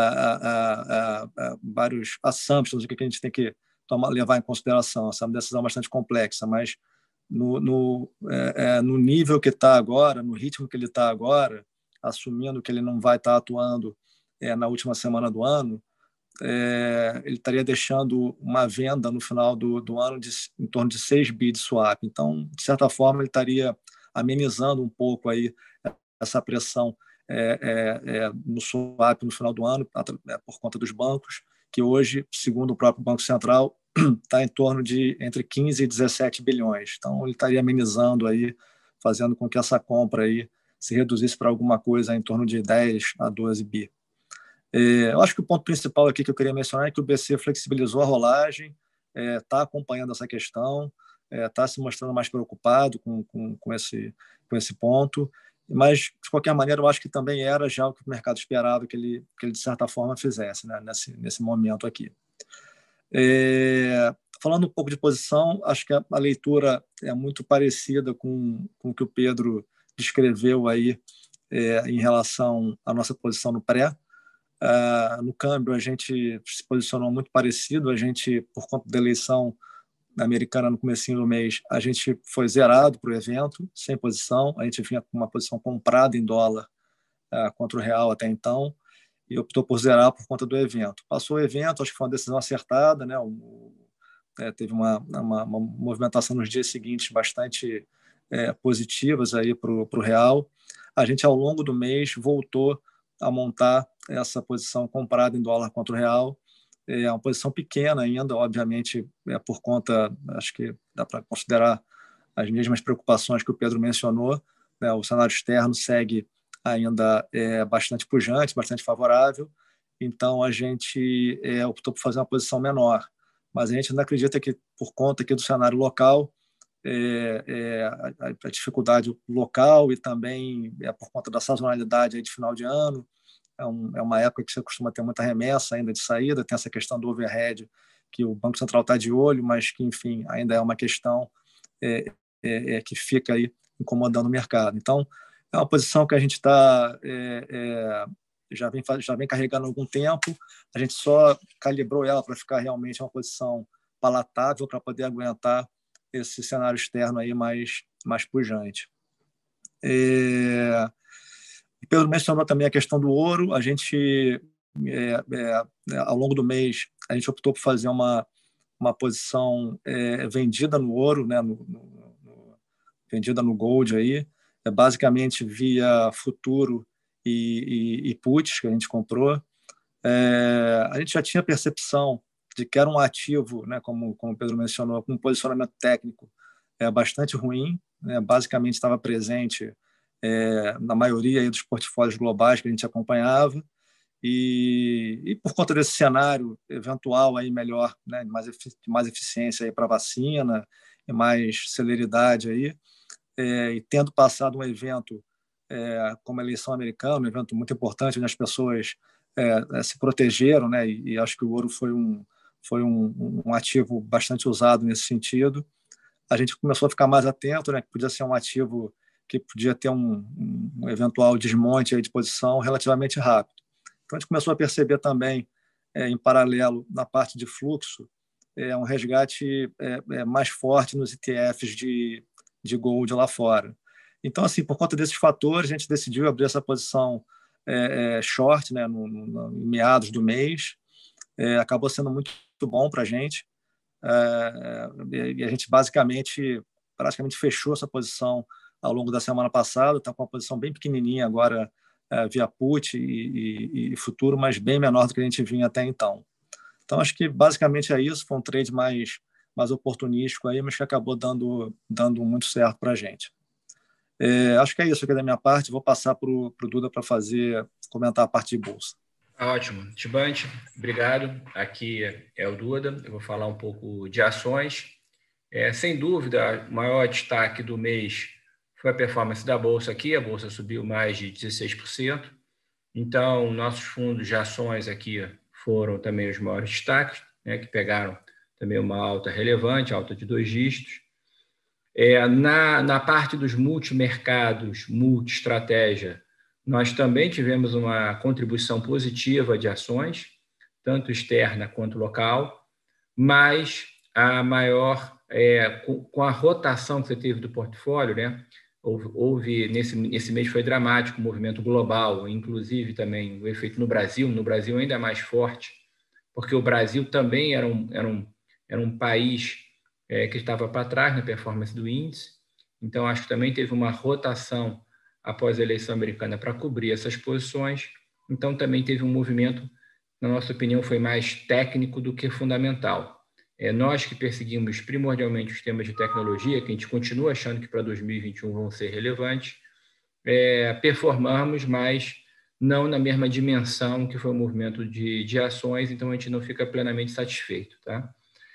assumptions, o que a gente tem que levar em consideração. Essa é uma decisão bastante complexa, mas no nível que está agora, no ritmo que ele está agora, assumindo que ele não vai estar atuando na última semana do ano, ele estaria deixando uma venda no final do ano em torno de 6 bi de swap. Então, de certa forma, ele estaria amenizando um pouco aí essa pressão no swap no final do ano, por conta dos bancos, que hoje, segundo o próprio Banco Central, está em torno de entre 15 e 17 bilhões. Então, ele estaria amenizando aí, fazendo com que essa compra aí se reduzisse para alguma coisa em torno de 10 a 12 bi. Eu acho que o ponto principal aqui que eu queria mencionar é que o BC flexibilizou a rolagem, está acompanhando essa questão, está se mostrando mais preocupado com esse ponto, mas, de qualquer maneira, eu acho que também era já o que o mercado esperava que ele de certa forma, fizesse, né, nesse momento aqui. Falando um pouco de posição, acho que a leitura é muito parecida com o que o Pedro descreveu aí em relação à nossa posição no pré. No câmbio, a gente se posicionou muito parecido. A gente, por conta da eleição americana no comecinho do mês, a gente foi zerado para o evento, sem posição. A gente vinha com uma posição comprada em dólar contra o real até então, e optou por zerar por conta do evento. Passou o evento, acho que foi uma decisão acertada, né? Teve uma movimentação nos dias seguintes bastante positivas aí para o real. A gente, ao longo do mês, voltou a montar essa posição comprada em dólar contra o real. É uma posição pequena ainda, obviamente, por conta, acho que dá para considerar as mesmas preocupações que o Pedro mencionou, né? O cenário externo segue ainda bastante pujante, bastante favorável, então a gente optou por fazer uma posição menor, mas a gente ainda acredita que, por conta aqui do cenário local, a dificuldade local e também por conta da sazonalidade aí de final de ano, é uma época que você costuma ter muita remessa ainda de saída, tem essa questão do overhead, que o Banco Central está de olho, mas que, enfim, ainda é uma questão que fica aí incomodando o mercado. Então, é uma posição que a gente está já vem carregando há algum tempo, a gente só calibrou ela para ficar realmente uma posição palatável para poder aguentar esse cenário externo aí mais pujante. O Pedro mencionou também a questão do ouro. A gente, ao longo do mês, a gente optou por fazer uma posição vendida no ouro, né, vendida no gold aí, basicamente via futuro e puts que a gente comprou. A gente já tinha percepção de que era um ativo, né, como o Pedro mencionou, com um posicionamento técnico bastante ruim, né, basicamente estava presente na maioria aí dos portfólios globais que a gente acompanhava, e por conta desse cenário eventual aí melhor, né, mais eficiência para a vacina e mais celeridade aí, e tendo passado um evento como a eleição americana, um evento muito importante, onde as pessoas se protegeram, né, e acho que o ouro foi um ativo bastante usado nesse sentido. A gente começou a ficar mais atento, né, que podia ser um ativo que podia ter um eventual desmonte aí de posição relativamente rápido. Então, a gente começou a perceber também, em paralelo, na parte de fluxo, um resgate mais forte nos ETFs de gold lá fora. Então, assim, por conta desses fatores, a gente decidiu abrir essa posição short, né, em meados do mês. Acabou sendo muito bom para a gente. E a gente praticamente fechou essa posição ao longo da semana passada, está com uma posição bem pequenininha agora via put e futuro, mas bem menor do que a gente vinha até então. Então, acho que basicamente é isso, foi um trade mais oportunístico aí, mas que acabou dando muito certo para a gente. Acho que é isso aqui da minha parte, vou passar para o Duda para comentar a parte de bolsa. Ótimo. Tibante, obrigado. Aqui é o Duda, eu vou falar um pouco de ações. Sem dúvida, o maior destaque do mês foi a performance da Bolsa aqui, a Bolsa subiu mais de 16%. Então, nossos fundos de ações aqui foram também os maiores destaques, né, que pegaram também uma alta relevante, alta de 2 dígitos. Na parte dos multimercados, multi-estratégia, nós também tivemos uma contribuição positiva de ações, tanto externa quanto local, mas a maior, com a rotação que você teve do portfólio, né, houve nesse mês foi dramático o movimento global, inclusive também o efeito no Brasil ainda mais forte, porque o Brasil também era um país que estava para trás na performance do índice, então acho que também teve uma rotação após a eleição americana para cobrir essas posições, então também teve um movimento, na nossa opinião, foi mais técnico do que fundamental. Nós que perseguimos primordialmente os temas de tecnologia, que a gente continua achando que para 2021 vão ser relevantes, performamos, mas não na mesma dimensão que foi o movimento de ações, então a gente não fica plenamente satisfeito. Tá?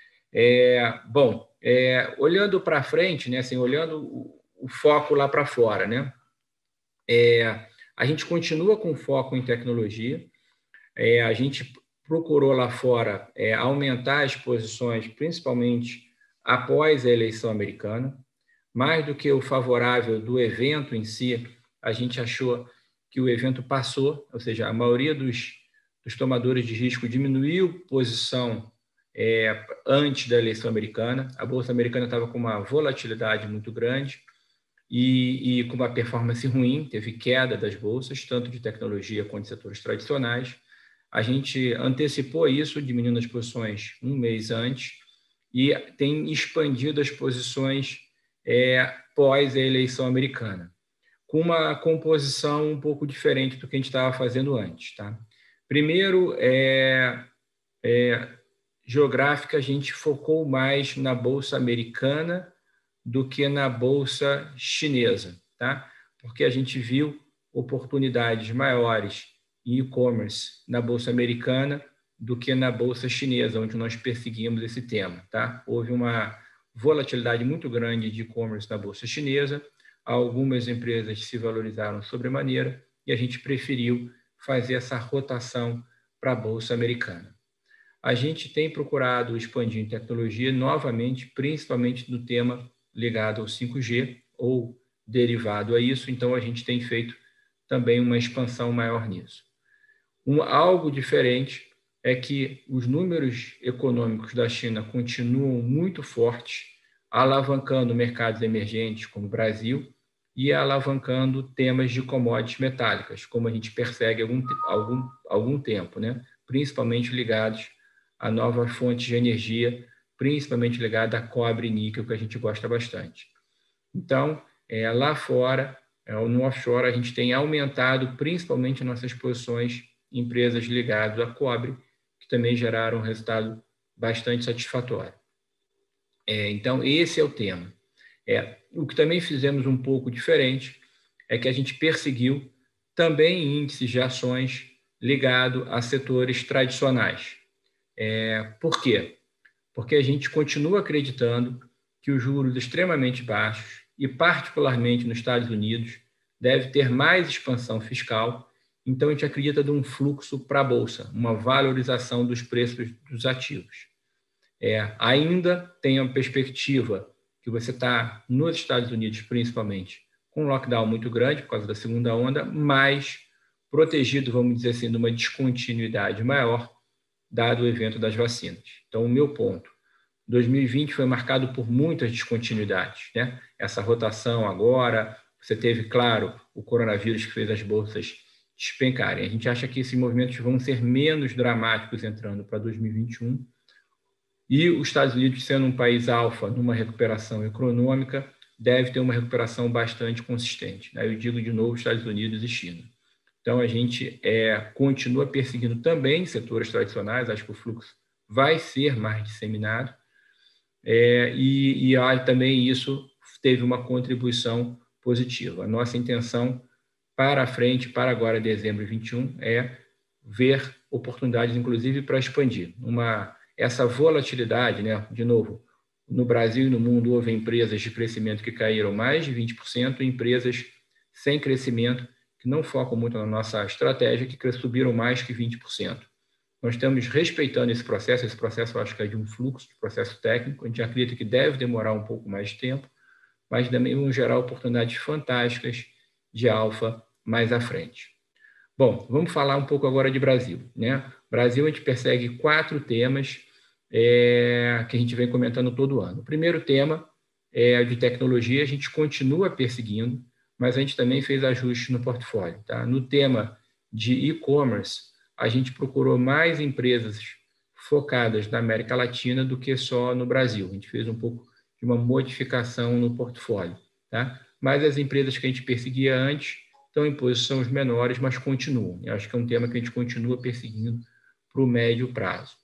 Olhando para frente, né, assim, olhando o foco lá para fora, né, a gente continua com foco em tecnologia, a gente procurou lá fora aumentar as posições, principalmente após a eleição americana. Mais do que o favorável do evento em si, a gente achou que o evento passou, ou seja, a maioria dos tomadores de risco diminuiu posição antes da eleição americana. A Bolsa Americana estava com uma volatilidade muito grande e com uma performance ruim, teve queda das bolsas, tanto de tecnologia quanto de setores tradicionais. A gente antecipou isso, diminuindo as posições um mês antes, e tem expandido as posições pós a eleição americana, com uma composição um pouco diferente do que a gente estava fazendo antes. Tá? Primeiro, geográfica, a gente focou mais na Bolsa Americana do que na Bolsa Chinesa, tá? Porque a gente viu oportunidades maiores em e-commerce na Bolsa Americana do que na Bolsa Chinesa, onde nós perseguimos esse tema. Tá? Houve uma volatilidade muito grande de e-commerce na Bolsa Chinesa, algumas empresas se valorizaram sobremaneira e a gente preferiu fazer essa rotação para a Bolsa Americana. A gente tem procurado expandir em tecnologia novamente, principalmente no tema ligado ao 5G ou derivado a isso, então a gente tem feito também uma expansão maior nisso. Algo diferente é que os números econômicos da China continuam muito fortes, alavancando mercados emergentes como o Brasil e alavancando temas de commodities metálicas, como a gente persegue há algum tempo, né? Principalmente ligados a novas fontes de energia, principalmente ligada a cobre e níquel, que a gente gosta bastante. Então, lá fora, no offshore, a gente tem aumentado principalmente nossas posições em empresas ligadas a cobre, que também geraram um resultado bastante satisfatório. Então, esse é o tema. O que também fizemos um pouco diferente é que a gente perseguiu também índices de ações ligados a setores tradicionais. Por quê? Porque a gente continua acreditando que os juros extremamente baixos, e particularmente nos Estados Unidos, deve ter mais expansão fiscal, então a gente acredita num fluxo para a Bolsa, uma valorização dos preços dos ativos. Ainda tem a perspectiva que você está nos Estados Unidos, principalmente, com um lockdown muito grande por causa da segunda onda, mas protegido, vamos dizer assim, de uma descontinuidade maior, dado o evento das vacinas. Então, o meu ponto, 2020 foi marcado por muitas descontinuidades, né? Essa rotação agora, você teve, claro, o coronavírus que fez as bolsas despencarem. A gente acha que esses movimentos vão ser menos dramáticos entrando para 2021, e os Estados Unidos, sendo um país alfa numa recuperação econômica, deve ter uma recuperação bastante consistente, né? Eu digo de novo Estados Unidos e China. Então, a gente continua perseguindo também setores tradicionais, acho que o fluxo vai ser mais disseminado, e também isso teve uma contribuição positiva. A nossa intenção para frente, para agora, dezembro de 2021, é ver oportunidades, inclusive, para expandir. Essa volatilidade, né? De novo, no Brasil e no mundo houve empresas de crescimento que caíram mais de 20%, e empresas sem crescimento, que não focam muito na nossa estratégia, que subiram mais que 20%. Nós estamos respeitando esse processo eu acho que é de um fluxo, de processo técnico, a gente acredita que deve demorar um pouco mais de tempo, mas também vão gerar oportunidades fantásticas de alfa mais à frente. Bom, vamos falar um pouco agora de Brasil, né? Brasil, a gente persegue 4 temas que a gente vem comentando todo ano. O primeiro tema é de tecnologia, a gente continua perseguindo, mas a gente também fez ajustes no portfólio. Tá? No tema de e-commerce, a gente procurou mais empresas focadas na América Latina do que só no Brasil. A gente fez um pouco de uma modificação no portfólio. Tá? Mas as empresas que a gente perseguia antes estão em posições menores, mas continuam. Eu acho que é um tema que a gente continua perseguindo para o médio prazo.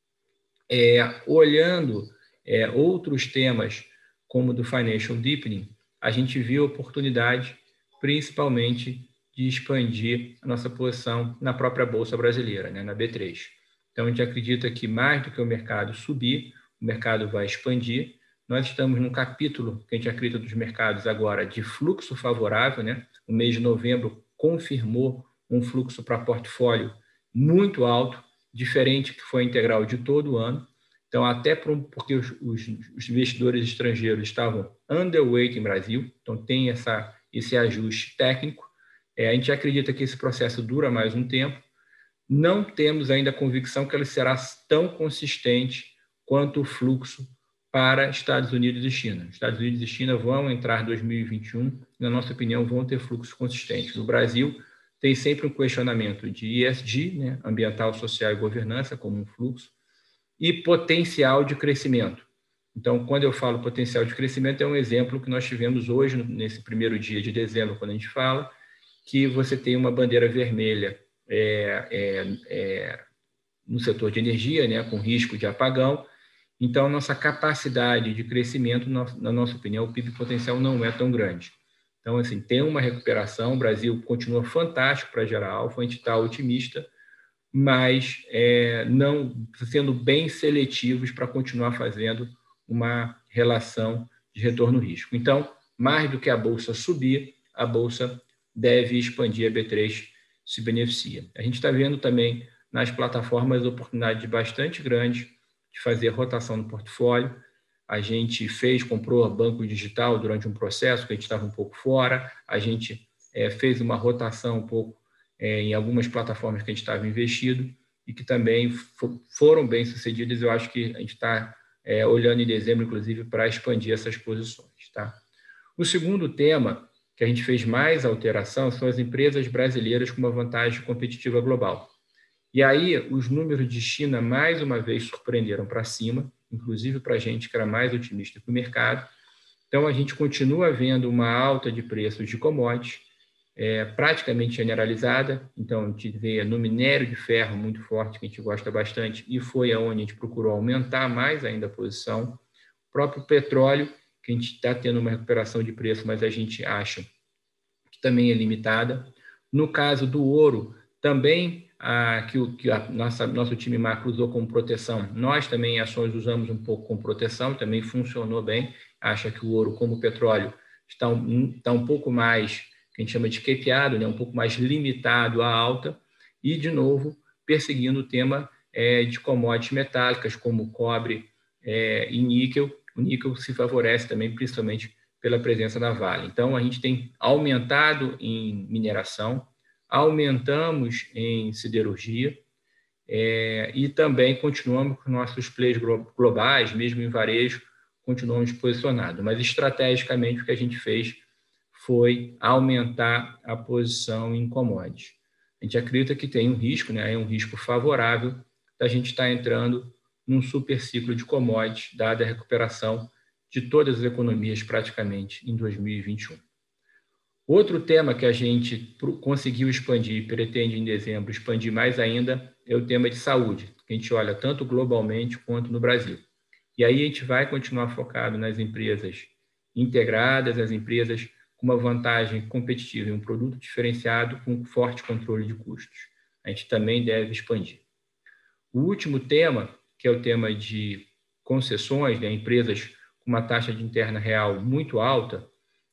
Olhando outros temas, como o do Financial Deepening, a gente viu a oportunidade, principalmente, de expandir a nossa posição na própria Bolsa Brasileira, né, na B3. Então, a gente acredita que mais do que o mercado subir, o mercado vai expandir. Nós estamos num capítulo que a gente acredita dos mercados agora de fluxo favorável, né? O mês de novembro confirmou um fluxo para portfólio muito alto, diferente que foi a integral de todo o ano. Então, até porque os investidores estrangeiros estavam underweight em Brasil, então tem esse ajuste técnico. A gente acredita que esse processo dura mais um tempo. Não temos ainda a convicção que ele será tão consistente quanto o fluxo para Estados Unidos e China. Estados Unidos e China vão entrar em 2021, na nossa opinião, vão ter fluxos consistentes. No Brasil, tem sempre um questionamento de ESG, né, ambiental, social e governança, como um fluxo, e potencial de crescimento. Então, quando eu falo potencial de crescimento, é um exemplo que nós tivemos hoje, nesse primeiro dia de dezembro, quando a gente fala que você tem uma bandeira vermelha no setor de energia, né, com risco de apagão. Então, nossa capacidade de crescimento, na nossa opinião, o PIB potencial não é tão grande. Então, assim, tem uma recuperação, o Brasil continua fantástico para gerar alfa, a gente está otimista, mas não sendo bem seletivos para continuar fazendo uma relação de retorno-risco. Então, mais do que a Bolsa subir, a Bolsa deve expandir, a B3 se beneficia. A gente está vendo também nas plataformas oportunidade bastante grande de fazer rotação no portfólio. A gente comprou banco digital durante um processo que a gente estava um pouco fora, a gente fez uma rotação um pouco em algumas plataformas que a gente estava investido e que também foram bem sucedidas. Eu acho que a gente está olhando em dezembro, inclusive, para expandir essas posições. Tá? O segundo tema que a gente fez mais alteração são as empresas brasileiras com uma vantagem competitiva global. E aí, os números de China, mais uma vez, surpreenderam para cima, inclusive para a gente que era mais otimista que o mercado. Então, a gente continua vendo uma alta de preços de commodities, praticamente generalizada. Então, a gente vê no minério de ferro muito forte, que a gente gosta bastante, e foi aonde a gente procurou aumentar mais ainda a posição. O próprio petróleo, que a gente está tendo uma recuperação de preço, mas a gente acha que também é limitada. No caso do ouro, também que nosso time macro usou como proteção, nós também em ações usamos um pouco como proteção, também funcionou bem. Acha que o ouro, como o petróleo, está um pouco mais, que a gente chama de capeado, né? Um pouco mais limitado à alta, e, de novo, perseguindo o tema de commodities metálicas, como cobre e níquel. O níquel se favorece também, principalmente pela presença da Vale. Então, a gente tem aumentado em mineração, aumentamos em siderurgia e também continuamos com nossos players globais, mesmo em varejo, continuamos posicionados. Mas, estrategicamente, o que a gente fez foi aumentar a posição em commodities. A gente acredita que tem um risco, né? É um risco favorável da gente estar entrando num super ciclo de commodities, dada a recuperação de todas as economias praticamente em 2021. Outro tema que a gente conseguiu expandir e pretende em dezembro expandir mais ainda é o tema de saúde, que a gente olha tanto globalmente quanto no Brasil. E aí a gente vai continuar focado nas empresas integradas, as empresas com uma vantagem competitiva e um produto diferenciado com forte controle de custos. A gente também deve expandir. O último tema, que é o tema de concessões, né, empresas com uma taxa de interna real muito alta,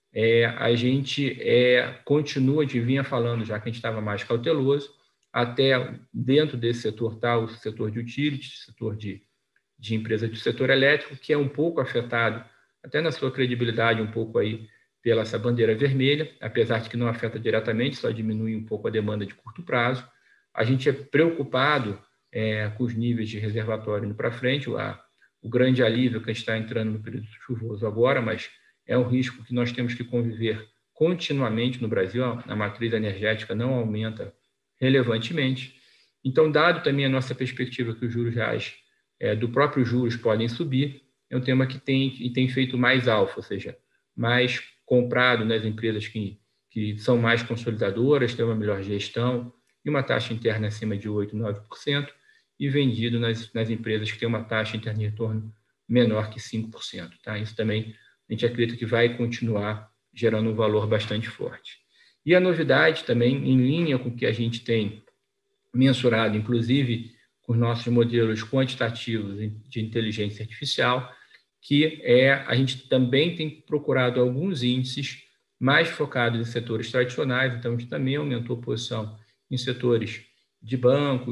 a gente continua, de vinha falando, já que a gente estava mais cauteloso, até dentro desse setor tal, o setor de utilities, setor de empresa do setor elétrico, que é um pouco afetado, até na sua credibilidade, um pouco aí pela essa bandeira vermelha, apesar de que não afeta diretamente, só diminui um pouco a demanda de curto prazo. A gente é preocupado com os níveis de reservatório indo para frente, o grande alívio que a gente está entrando no período chuvoso agora, mas é um risco que nós temos que conviver continuamente no Brasil. A matriz energética não aumenta relevantemente. Então, dado também a nossa perspectiva que os juros reais do próprio juros podem subir, é um tema que tem feito mais alfa, ou seja, mais comprado nas empresas que são mais consolidadoras, têm uma melhor gestão e uma taxa interna acima de 8%, 9%, e vendido nas empresas que têm uma taxa interna de retorno menor que 5%. Tá? Isso também a gente acredita que vai continuar gerando um valor bastante forte. E a novidade também, em linha com o que a gente tem mensurado, inclusive com os nossos modelos quantitativos de inteligência artificial, que a gente também tem procurado alguns índices mais focados em setores tradicionais. Então, a gente também aumentou a posição em setores de bancos,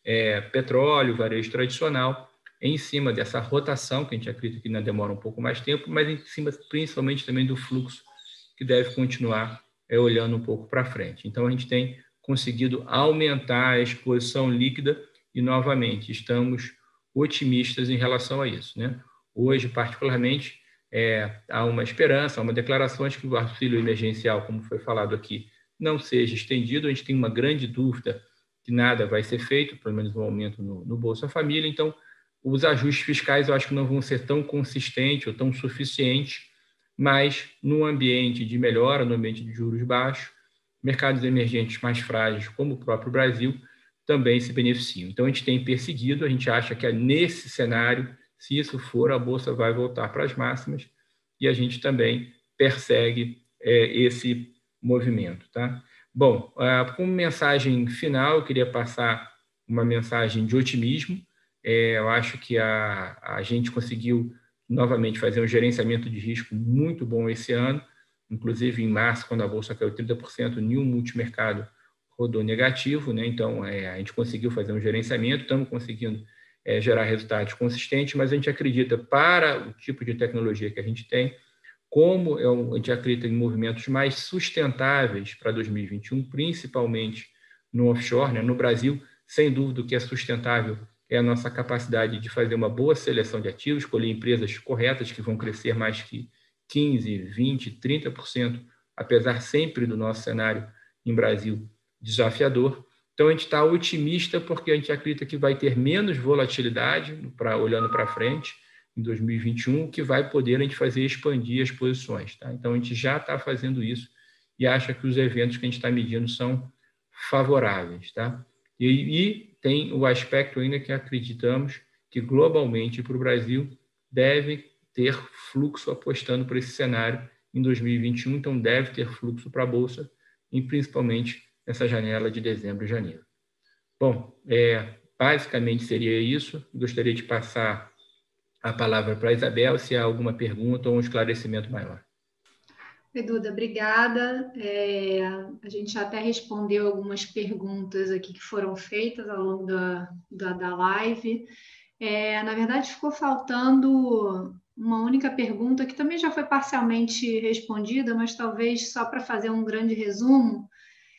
petróleo, varejo tradicional, em cima dessa rotação, que a gente acredita que ainda demora um pouco mais tempo, mas em cima principalmente também do fluxo, que deve continuar olhando um pouco para frente. Então, a gente tem conseguido aumentar a exposição líquida e, novamente, estamos otimistas em relação a isso, né? Hoje, particularmente, há uma esperança, há uma declaração de que o auxílio emergencial, como foi falado aqui, não seja estendido. A gente tem uma grande dúvida que nada vai ser feito, pelo menos um aumento no Bolsa Família. Então, os ajustes fiscais eu acho que não vão ser tão consistentes ou tão suficientes, mas no ambiente de melhora, no ambiente de juros baixos, mercados emergentes mais frágeis, como o próprio Brasil, também se beneficiam. Então, a gente tem perseguido, a gente acha que nesse cenário, se isso for, a Bolsa vai voltar para as máximas e a gente também persegue esse movimento. Tá? Bom, como mensagem final, eu queria passar uma mensagem de otimismo. Eu acho que a gente conseguiu novamente fazer um gerenciamento de risco muito bom esse ano, inclusive em março, quando a Bolsa caiu 30%, nenhum multimercado rodou negativo, né? Então, a gente conseguiu fazer um gerenciamento, estamos conseguindo gerar resultados consistentes, mas a gente acredita, para o tipo de tecnologia que a gente tem, como a gente acredita em movimentos mais sustentáveis para 2021, principalmente no offshore, né? No Brasil, sem dúvida, o que é sustentável é a nossa capacidade de fazer uma boa seleção de ativos, escolher empresas corretas que vão crescer mais que 15%, 20%, 30%, apesar sempre do nosso cenário em Brasil desafiador. Então, a gente está otimista porque a gente acredita que vai ter menos volatilidade, olhando para frente, em 2021, que vai poder a gente fazer expandir as posições. Tá? Então, a gente já está fazendo isso e acha que os eventos que a gente está medindo são favoráveis. Tá? E tem o aspecto ainda que acreditamos que, globalmente, para o Brasil, deve ter fluxo apostando para esse cenário em 2021, então deve ter fluxo para a Bolsa, e principalmente nessa janela de dezembro e janeiro. Bom, basicamente seria isso. Gostaria de passar a palavra para a Isabel, se há alguma pergunta ou um esclarecimento maior. Duda, obrigada. A gente já até respondeu algumas perguntas aqui que foram feitas ao longo da live. Na verdade, ficou faltando uma única pergunta que também já foi parcialmente respondida, mas talvez só para fazer um grande resumo.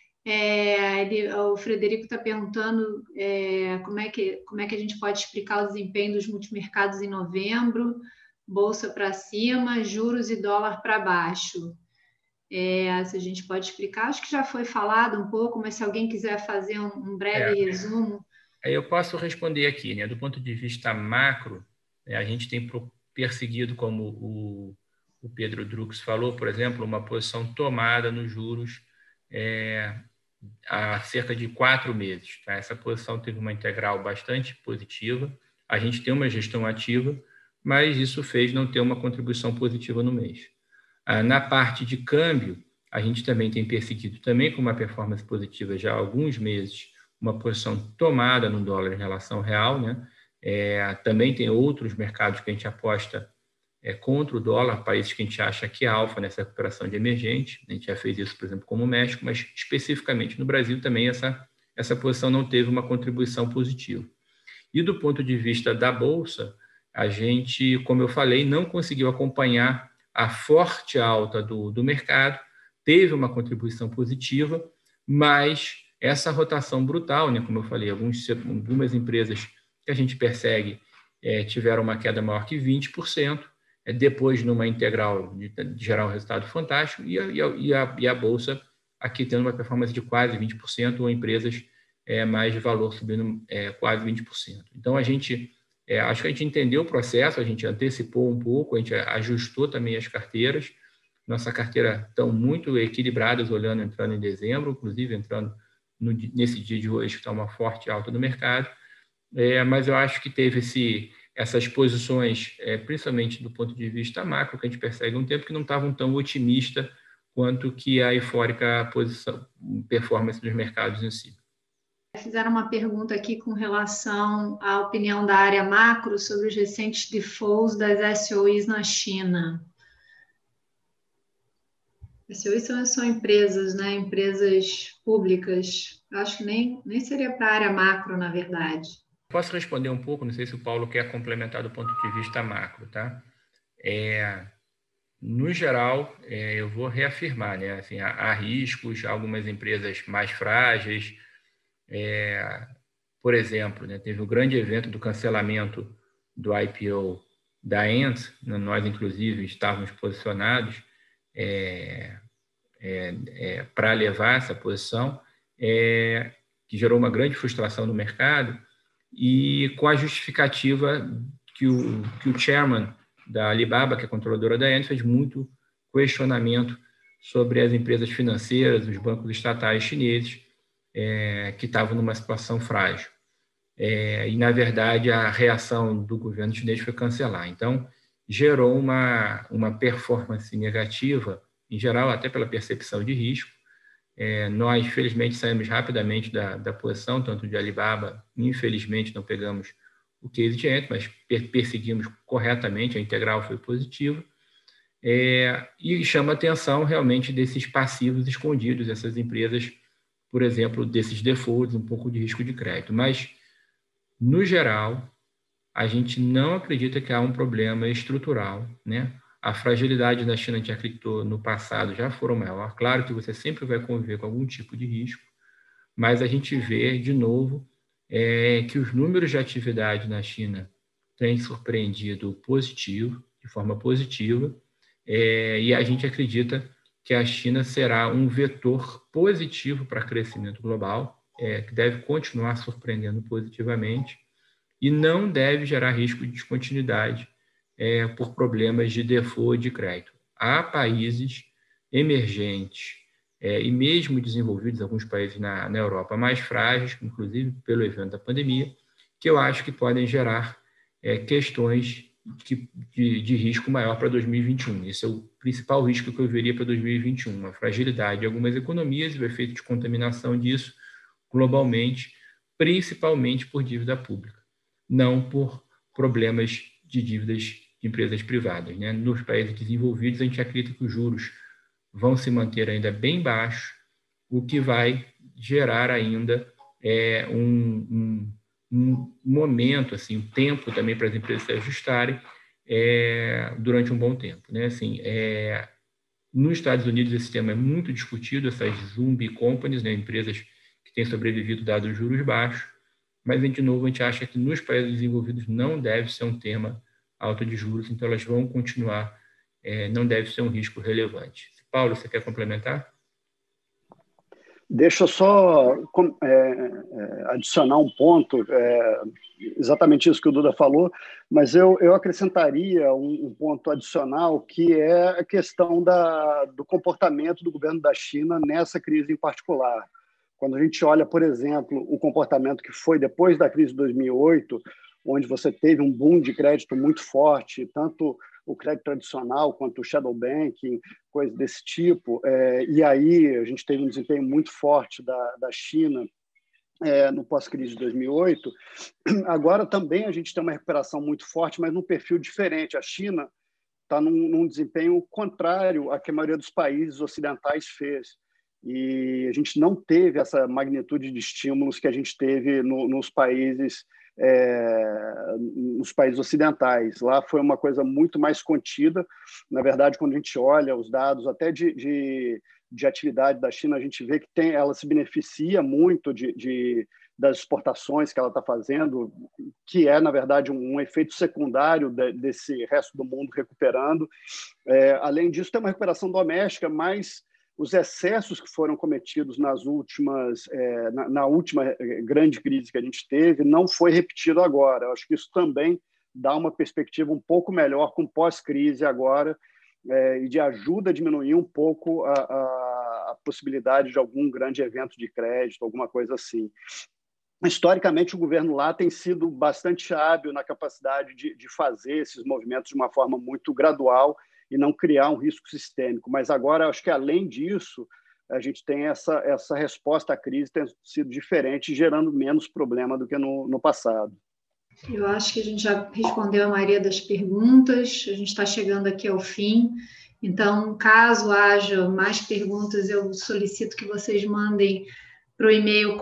O Frederico está perguntando como é que a gente pode explicar o desempenho dos multimercados em novembro, bolsa para cima, juros e dólar para baixo. Se a gente pode explicar, acho que já foi falado um pouco, mas se alguém quiser fazer um breve resumo. Eu posso responder aqui, né? Do ponto de vista macro, a gente tem perseguido, como o Pedro Drux falou, por exemplo, uma posição tomada nos juros há cerca de 4 meses. Tá? Essa posição teve uma integral bastante positiva. A gente tem uma gestão ativa, mas isso fez não ter uma contribuição positiva no mês. Na parte de câmbio, a gente também tem perseguido, também com uma performance positiva já há alguns meses, uma posição tomada no dólar em relação ao real, né? Também tem outros mercados que a gente aposta contra o dólar, países que a gente acha que é alfa nessa recuperação de emergente. A gente já fez isso, por exemplo, como o México, mas especificamente no Brasil também essa posição não teve uma contribuição positiva. E do ponto de vista da Bolsa, a gente, como eu falei, não conseguiu acompanhar a forte alta do mercado, teve uma contribuição positiva, mas essa rotação brutal, né, como eu falei, algumas empresas que a gente persegue tiveram uma queda maior que 20%, depois numa integral de gerar um resultado fantástico, e a Bolsa aqui tendo uma performance de quase 20%, ou empresas mais de valor subindo quase 20%. Então, a gente... acho que a gente entendeu o processo, a gente antecipou um pouco, a gente ajustou também as carteiras. Nossa carteira estão muito equilibradas, entrando em dezembro, inclusive entrando nesse dia de hoje, que está uma forte alta do mercado. Mas eu acho que teve essas posições, principalmente do ponto de vista macro, que a gente persegue há um tempo, que não estavam tão otimistas quanto que a eufórica performance dos mercados em si. Fizeram uma pergunta aqui com relação à opinião da área macro sobre os recentes defaults das SOEs na China. SOEs são empresas, né? Empresas públicas. Acho que nem seria para a área macro, na verdade. Posso responder um pouco, não sei se o Paulo quer complementar do ponto de vista macro, tá? No geral, eu vou reafirmar, né? Assim, há riscos, algumas empresas mais frágeis. Por exemplo, né, teve um grande evento do cancelamento do IPO da Ant, né? Nós, inclusive, estávamos posicionados para levar essa posição, que gerou uma grande frustração no mercado, e com a justificativa que o chairman da Alibaba, que é controladora da Ant, fez muito questionamento sobre as empresas financeiras, os bancos estatais chineses, que estavam numa situação frágil. E, na verdade, a reação do governo chinês foi cancelar. Então, gerou uma performance negativa, em geral, até pela percepção de risco. Nós, felizmente, saímos rapidamente da posição, tanto de Alibaba, infelizmente não pegamos o case de Ant, mas perseguimos corretamente, a integral foi positiva. E chama a atenção realmente desses passivos escondidos, essas empresas, por exemplo, desses defaults, um pouco de risco de crédito. Mas, no geral, a gente não acredita que há um problema estrutural, né? A fragilidade da China, a gente acreditou no passado, já foram maior. Claro que você sempre vai conviver com algum tipo de risco, mas a gente vê, de novo, que os números de atividade na China têm surpreendido positivo, de forma positiva, e a gente acredita que a China será um vetor positivo para crescimento global, que deve continuar surpreendendo positivamente e não deve gerar risco de descontinuidade por problemas de default de crédito. Há países emergentes e mesmo desenvolvidos, alguns países na Europa mais frágeis, inclusive pelo evento da pandemia, que eu acho que podem gerar questões de risco maior para 2021. Esse é o principal risco que eu veria para 2021, uma fragilidade de algumas economias e o efeito de contaminação disso globalmente, principalmente por dívida pública, não por problemas de dívidas de empresas privadas, né? Nos países desenvolvidos, a gente acredita que os juros vão se manter ainda bem baixos, o que vai gerar ainda um momento, assim, um tempo também para as empresas se ajustarem durante um bom tempo, né? Assim, nos Estados Unidos esse tema é muito discutido, essas zombie companies, né? Empresas que têm sobrevivido dados juros baixos, mas, de novo, a gente acha que nos países desenvolvidos não deve ser um tema alto de juros, então elas vão continuar, não deve ser um risco relevante. Paulo, você quer complementar? Deixa eu só adicionar um ponto, exatamente isso que o Duda falou, mas eu acrescentaria um ponto adicional, que é a questão do comportamento do governo da China nessa crise em particular. Quando a gente olha, por exemplo, o comportamento que foi depois da crise de 2008, onde você teve um boom de crédito muito forte, tanto o crédito tradicional quanto o shadow banking, coisas desse tipo, e aí a gente teve um desempenho muito forte da China no pós-crise de 2008. Agora também a gente tem uma recuperação muito forte, mas num perfil diferente. A China está num desempenho contrário a que a maioria dos países ocidentais fez. E a gente não teve essa magnitude de estímulos que a gente teve nos países ocidentais. Lá foi uma coisa muito mais contida. Na verdade, quando a gente olha os dados até de atividade da China, a gente vê que ela se beneficia muito das exportações que ela está fazendo, que é, na verdade, um efeito secundário desse resto do mundo recuperando. Além disso, tem uma recuperação doméstica, mas os excessos que foram cometidos na última grande crise que a gente teve não foi repetido agora. Eu acho que isso também dá uma perspectiva um pouco melhor com pós-crise agora, e de ajuda a diminuir um pouco a possibilidade de algum grande evento de crédito, alguma coisa assim. Historicamente, o governo lá tem sido bastante hábil na capacidade de fazer esses movimentos de uma forma muito gradual e não criar um risco sistêmico. Mas agora, acho que, além disso, a gente tem essa resposta à crise tem sido diferente, gerando menos problema do que no passado. Eu acho que a gente já respondeu a maioria das perguntas, a gente está chegando aqui ao fim. Então, caso haja mais perguntas, eu solicito que vocês mandem para o e-mail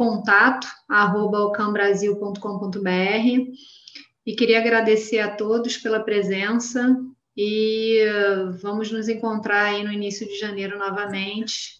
contato@ocambrasil.com.br. E queria agradecer a todos pela presença e vamos nos encontrar aí no início de janeiro novamente,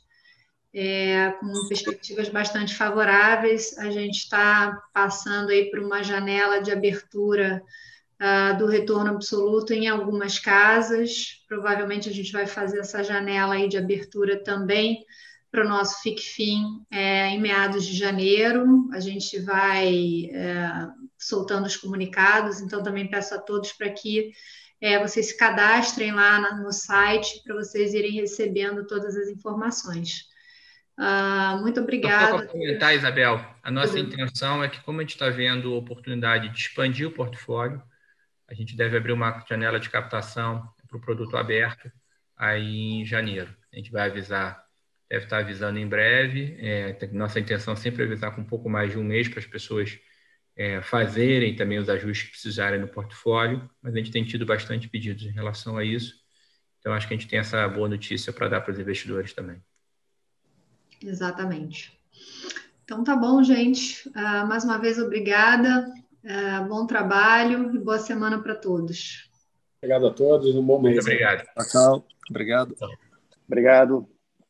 com perspectivas bastante favoráveis. A gente está passando aí por uma janela de abertura do retorno absoluto em algumas casas. Provavelmente a gente vai fazer essa janela aí de abertura também para o nosso FICFIN em meados de janeiro. A gente vai soltando os comunicados, então também peço a todos para que vocês se cadastrem lá no site para vocês irem recebendo todas as informações. Muito obrigada. Só para comentar, Isabel, a nossa intenção é que, como a gente está vendo a oportunidade de expandir o portfólio, a gente deve abrir uma janela de captação para o produto aberto aí em janeiro. A gente vai avisar, deve estar avisando em breve. Nossa intenção é sempre avisar com um pouco mais de um mês para as pessoas fazerem também os ajustes que precisarem no portfólio, mas a gente tem tido bastante pedidos em relação a isso. Então, acho que a gente tem essa boa notícia para dar para os investidores também. Exatamente. Então, tá bom, gente. Mais uma vez, obrigada. Bom trabalho e boa semana para todos. Obrigado a todos, um bom mês. Muito obrigado. Tchau. Obrigado. Obrigado.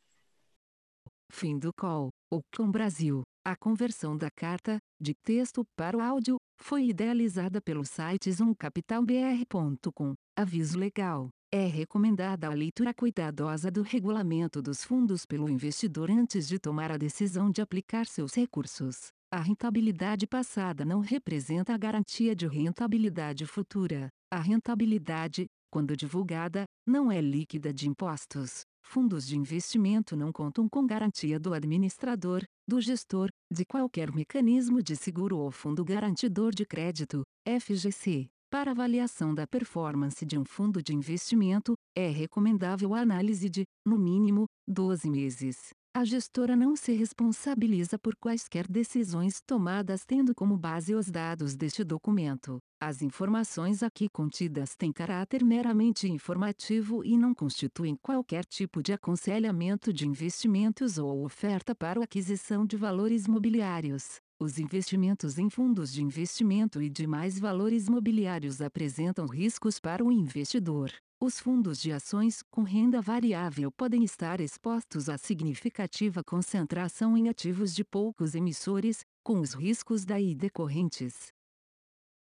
Fim do call. Ocam Brasil. A conversão da carta, de texto para o áudio, foi idealizada pelo site zoomcapitalbr.com. Aviso legal. É recomendada a leitura cuidadosa do regulamento dos fundos pelo investidor antes de tomar a decisão de aplicar seus recursos. A rentabilidade passada não representa a garantia de rentabilidade futura. A rentabilidade, quando divulgada, não é líquida de impostos. Fundos de investimento não contam com garantia do administrador, do gestor, de qualquer mecanismo de seguro ou fundo garantidor de crédito, FGC. Para avaliação da performance de um fundo de investimento, é recomendável a análise de, no mínimo, 12 meses. A gestora não se responsabiliza por quaisquer decisões tomadas tendo como base os dados deste documento. As informações aqui contidas têm caráter meramente informativo e não constituem qualquer tipo de aconselhamento de investimentos ou oferta para a aquisição de valores mobiliários. Os investimentos em fundos de investimento e demais valores mobiliários apresentam riscos para o investidor. Os fundos de ações com renda variável podem estar expostos a significativa concentração em ativos de poucos emissores, com os riscos daí decorrentes.